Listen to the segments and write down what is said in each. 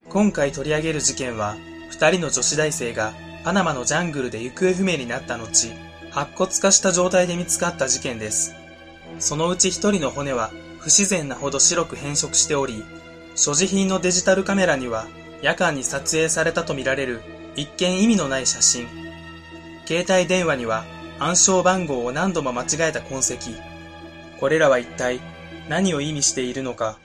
今回取り上げる事件は、二人の女子大生がパナマのジャングルで行方不明になった後、白骨化した状態で見つかった事件です。そのうち一人の骨は不自然なほど白く変色しており、所持品のデジタルカメラには夜間に撮影されたとみられる一見意味のない写真。携帯電話には暗証番号を何度も間違えた痕跡。これらは一体何を意味しているのか。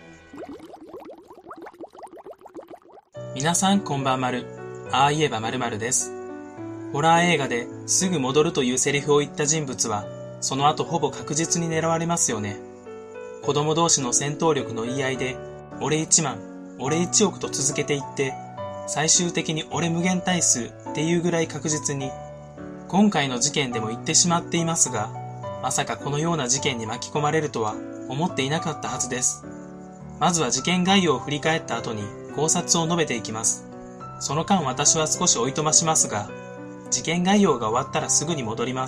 皆さんこんばんまる。ああ言えば〇〇です。ホラー映画ですぐ戻るというセリフを言った人物は、その後ほぼ確実に狙われますよね。子供同士の戦闘力の言い合いで、俺1万、俺1億と続けていって、最終的に俺無限大数っていうぐらい確実に、今回の事件でも言ってしまっていますが、まさかこのような事件に巻き込まれるとは思っていなかったはずです。まずは事件概要を振り返った後に考察を述べていきます。その間私は少しおいとましますが、事件概要が終わったらすぐに戻ります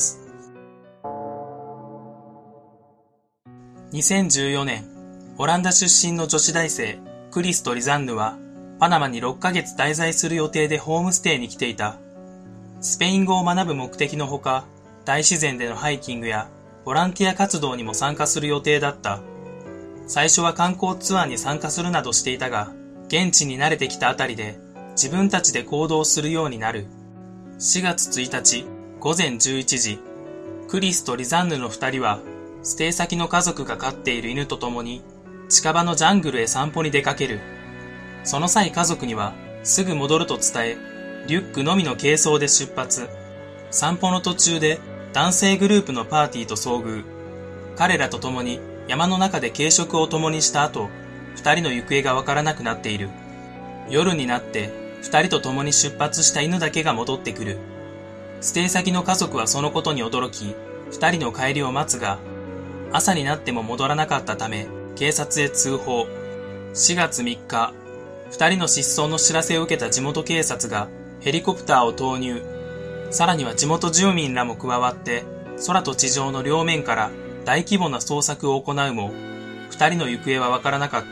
。2014年、オランダ出身の女子大生クリスとリザンヌはパナマに6ヶ月滞在する予定でホームステイに来ていた。スペイン語を学ぶ目的のほか、大自然でのハイキングやボランティア活動にも参加する予定だった。最初は観光ツアーに参加するなどしていたが、現地に慣れてきたあたりで自分たちで行動するようになる。4月1日午前11時、クリスとリザンヌの2人はステイ先の家族が飼っている犬と共に近場のジャングルへ散歩に出かける。その際家族にはすぐ戻ると伝え、リュックのみの軽装で出発。散歩の途中で男性グループのパーティーと遭遇。彼らと共に山の中で軽食を共にした後、2人の行方がわからなくなっている。夜になって二人と共に出発した犬だけが戻ってくる。ステイ先の家族はそのことに驚き、二人の帰りを待つが、朝になっても戻らなかったため、警察へ通報。4月3日、二人の失踪の知らせを受けた地元警察がヘリコプターを投入。さらには地元住民らも加わって、空と地上の両面から大規模な捜索を行うも、二人の行方はわからなかった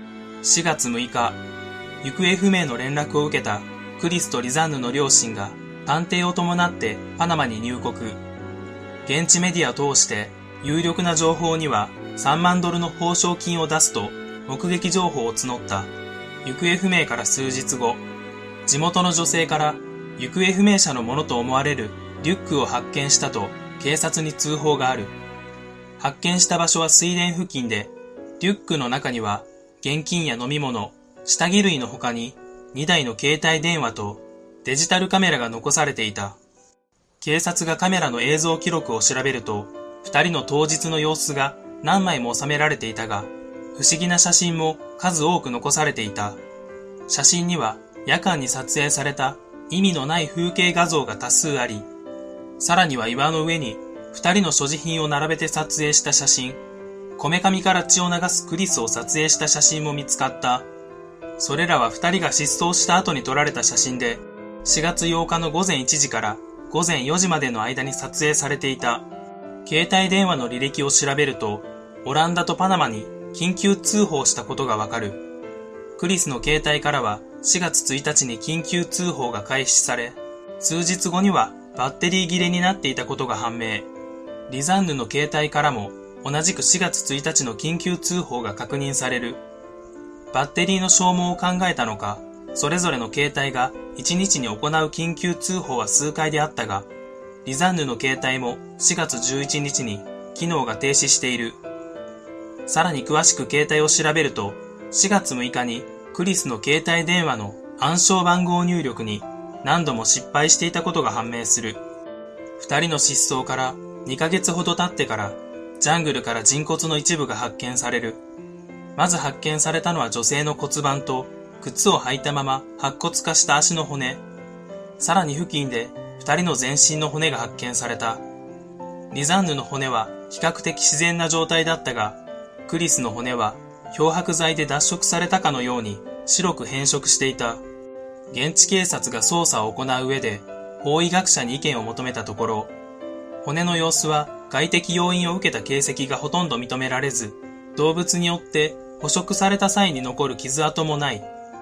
。4月6日、行方不明の連絡を受けたクリスとリザンヌの両親が探偵を伴ってパナマに入国。現地メディアを通して有力な情報には3万ドルの報奨金を出すと目撃情報を募った。行方不明から数日後、地元の女性から行方不明者のものと思われるリュックを発見したと警察に通報がある。発見した場所は水田付近で、リュックの中には現金や飲み物、下着類の他に2台の携帯電話とデジタルカメラが残されていた。警察がカメラの映像記録を調べると、2人の当日の様子が何枚も収められていたが、不思議な写真も数多く残されていた。写真には夜間に撮影された意味のない風景画像が多数あり、さらには岩の上に2人の所持品を並べて撮影した写真、こめかみから血を流すクリスを撮影した写真も見つかった。それらは2人が失踪した後に撮られた写真で、4月8日の午前1時から午前4時までの間に撮影されていた。携帯電話の履歴を調べると、オランダとパナマに緊急通報したことがわかる。クリスの携帯からは4月1日に緊急通報が開始され、数日後にはバッテリー切れになっていたことが判明。リザンヌの携帯からも同じく4月1日の緊急通報が確認される。バッテリーの消耗を考えたのか、それぞれの携帯が1日に行う緊急通報は数回であったが、リザンヌの携帯も4月11日に機能が停止している。さらに詳しく携帯を調べると、4月6日にクリスの携帯電話の暗証番号入力に何度も失敗していたことが判明する。2人の失踪から2ヶ月ほど経ってから、ジャングルから人骨の一部が発見される。まず発見されたのは女性の骨盤と靴を履いたまま白骨化した足の骨。さらに付近で2人の全身の骨が発見された。リザンヌの骨は比較的自然な状態だったが、クリスの骨は漂白剤で脱色されたかのように白く変色していた。現地警察が捜査を行う上で法医学者に意見を求めたところ、骨の様子は外的要因を受けた形跡がほとんど認められず、動物によって捕食された際に残る傷跡もない。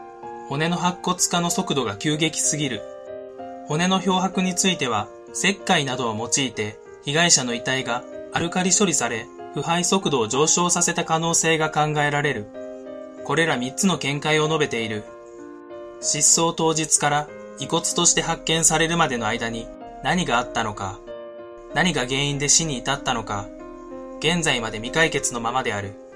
骨の白骨化の速度が急激すぎる。骨の漂白については、石灰などを用いて、被害者の遺体がアルカリ処理され、腐敗速度を上昇させた可能性が考えられる。これら3つの見解を述べている。失踪当日から遺骨として発見されるまでの間に何があったのか、何が原因で死に至ったのか、現在まで未解決のままである。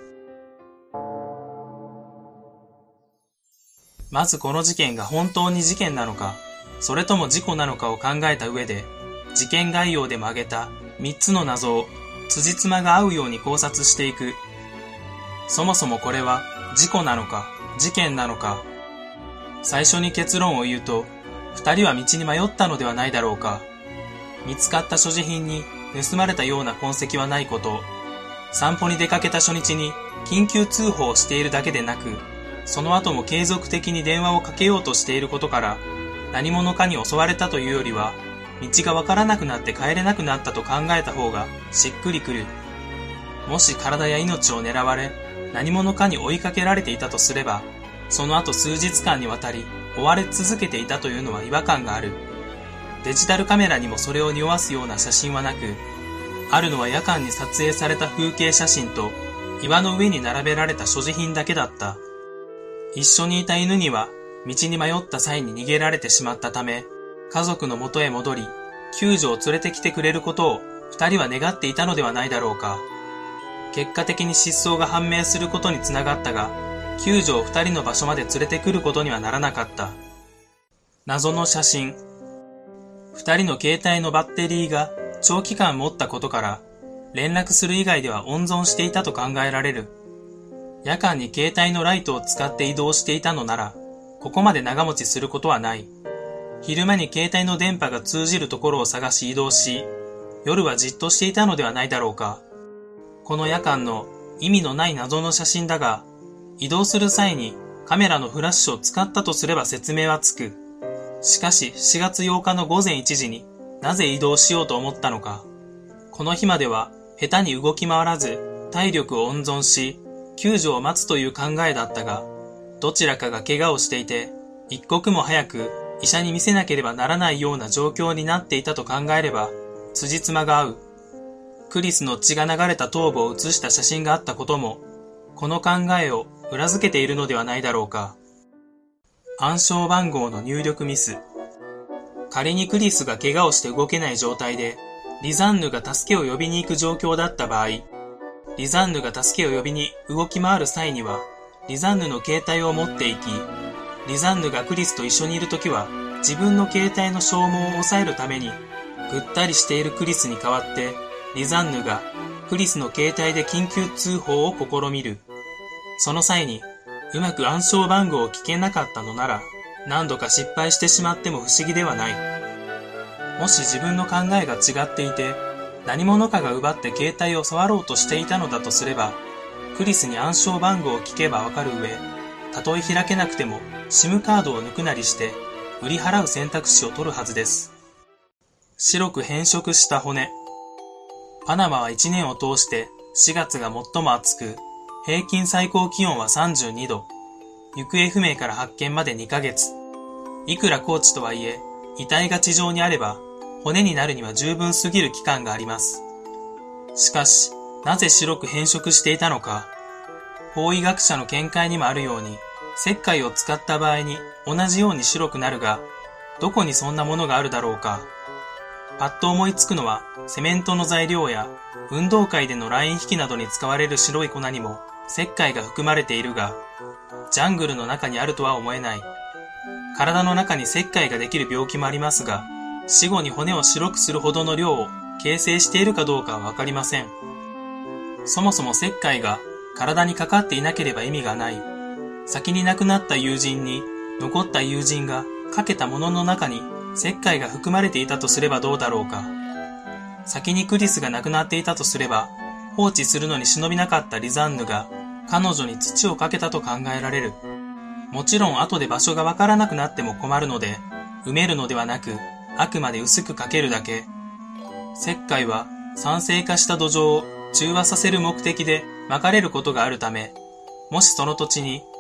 まずこの事件が本当に事件なのか、それとも事故なのかを考えた上で、事件概要でも挙げた3つの謎を辻褄が合うように考察していく。そもそもこれは事故なのか、事件なのか。最初に結論を言うと、2人は道に迷ったのではないだろうか。見つかった所持品に盗まれたような痕跡はないこと、散歩に出かけた初日に緊急通報をしているだけでなく、その後も継続的に電話をかけようとしていることから、何者かに襲われたというよりは、道がわからなくなって帰れなくなったと考えた方がしっくりくる。もし体や命を狙われ、何者かに追いかけられていたとすれば、その後数日間にわたり追われ続けていたというのは違和感がある。デジタルカメラにもそれを匂わすような写真はなく、あるのは夜間に撮影された風景写真と岩の上に並べられた所持品だけだった。一緒にいた犬には道に迷った際に逃げられてしまったため、家族の元へ戻り、救助を連れてきてくれることを二人は願っていたのではないだろうか。結果的に失踪が判明することにつながったが、救助を二人の場所まで連れてくることにはならなかった。謎の写真。二人の携帯のバッテリーが長期間持ったことから、連絡する以外では温存していたと考えられる。夜間に携帯のライトを使って移動していたのなら、ここまで長持ちすることはない。昼間に携帯の電波が通じるところを探し移動し、夜はじっとしていたのではないだろうか。この夜間の意味のない謎の写真だが、移動する際にカメラのフラッシュを使ったとすれば説明はつく。しかし4月8日の午前1時になぜ移動しようと思ったのか。この日までは下手に動き回らず体力を温存し、救助を待つという考えだったが、どちらかが怪我をしていて、一刻も早く医者に見せなければならないような状況になっていたと考えれば、辻褄が合う。クリスの血が流れた頭部を写した写真があったことも、この考えを裏付けているのではないだろうか。暗証番号の入力ミス。仮にクリスが怪我をして動けない状態で、リザンヌが助けを呼びに行く状況だった場合、リザンヌが助けを呼びに動き回る際には、リザンヌの携帯を持っていき、リザンヌがクリスと一緒にいるときは、自分の携帯の消耗を抑えるために、ぐったりしているクリスに代わって、リザンヌがクリスの携帯で緊急通報を試みる。その際に、うまく暗証番号を聞けなかったのなら、何度か失敗してしまっても不思議ではない。もし自分の考えが違っていて、何者かが奪って携帯を触ろうとしていたのだとすれば、クリスに暗証番号を聞けばわかる上、たとえ開けなくても SIM カードを抜くなりして売り払う選択肢を取るはずです。白く変色した骨。パナマは1年を通して4月が最も暑く、平均最高気温は32度。行方不明から発見まで2ヶ月。いくら高地とはいえ、遺体が地上にあれば骨になるには十分すぎる期間があります。しかし、なぜ白く変色していたのか。法医学者の見解にもあるように、石灰を使った場合に同じように白くなるが、どこにそんなものがあるだろうか。パッと思いつくのは、セメントの材料や運動会でのライン引きなどに使われる白い粉にも石灰が含まれているが、ジャングルの中にあるとは思えない。体の中に石灰ができる病気もありますが、死後に骨を白くするほどの量を形成しているかどうかはわかりません。そもそも石灰が体にかかっていなければ意味がない。先に亡くなった友人に残った友人がかけたものの中に石灰が含まれていたとすればどうだろうか。先にクリスが亡くなっていたとすれば、放置するのに忍びなかったリザンヌが彼女に土をかけたと考えられる。もちろん後で場所がわからなくなっても困るので、埋めるのではなく、あくまで薄くかけるだけ。石灰は酸性化した土壌を中和させる目的でまかれることがあるため、もしその土地に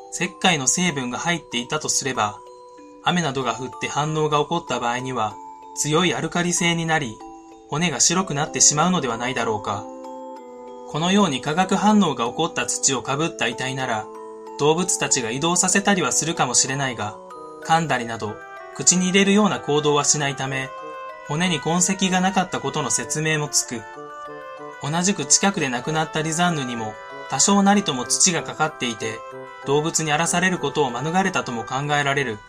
石灰の成分が入っていたとすれば、雨などが降って反応が起こった場合には強いアルカリ性になり、骨が白くなってしまうのではないだろうか。このように化学反応が起こった土をかぶった遺体なら、動物たちが移動させたりはするかもしれないが、噛んだりなど口に入れるような行動はしないため、骨に痕跡がなかったことの説明もつく。同じく近くで亡くなったリザンヌにも多少なりとも土がかかっていて、動物に荒らされることを免れたとも考えられる。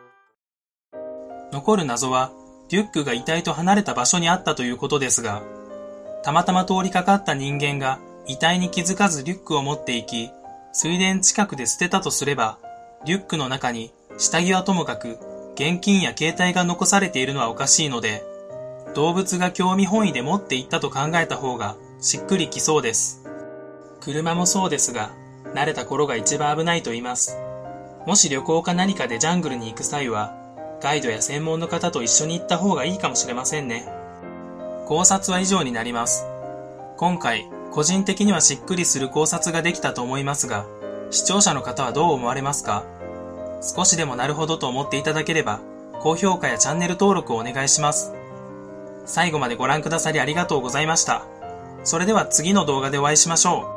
残る謎は、リュックが遺体と離れた場所にあったということですが、たまたま通りかかった人間が遺体に気づかずリュックを持っていき、水田近くで捨てたとすれば、リュックの中に下着はともかく現金や携帯が残されているのはおかしいので、動物が興味本位で持っていったと考えた方がしっくりきそうです。車もそうですが、慣れた頃が一番危ないと言います。もし旅行か何かでジャングルに行く際は、ガイドや専門の方と一緒に行った方がいいかもしれませんね。考察は以上になります。今回、個人的にはしっくりする考察ができたと思いますが、視聴者の方はどう思われますか？少しでもなるほどと思っていただければ、高評価やチャンネル登録をお願いします。最後までご覧くださりありがとうございました。それでは次の動画でお会いしましょう。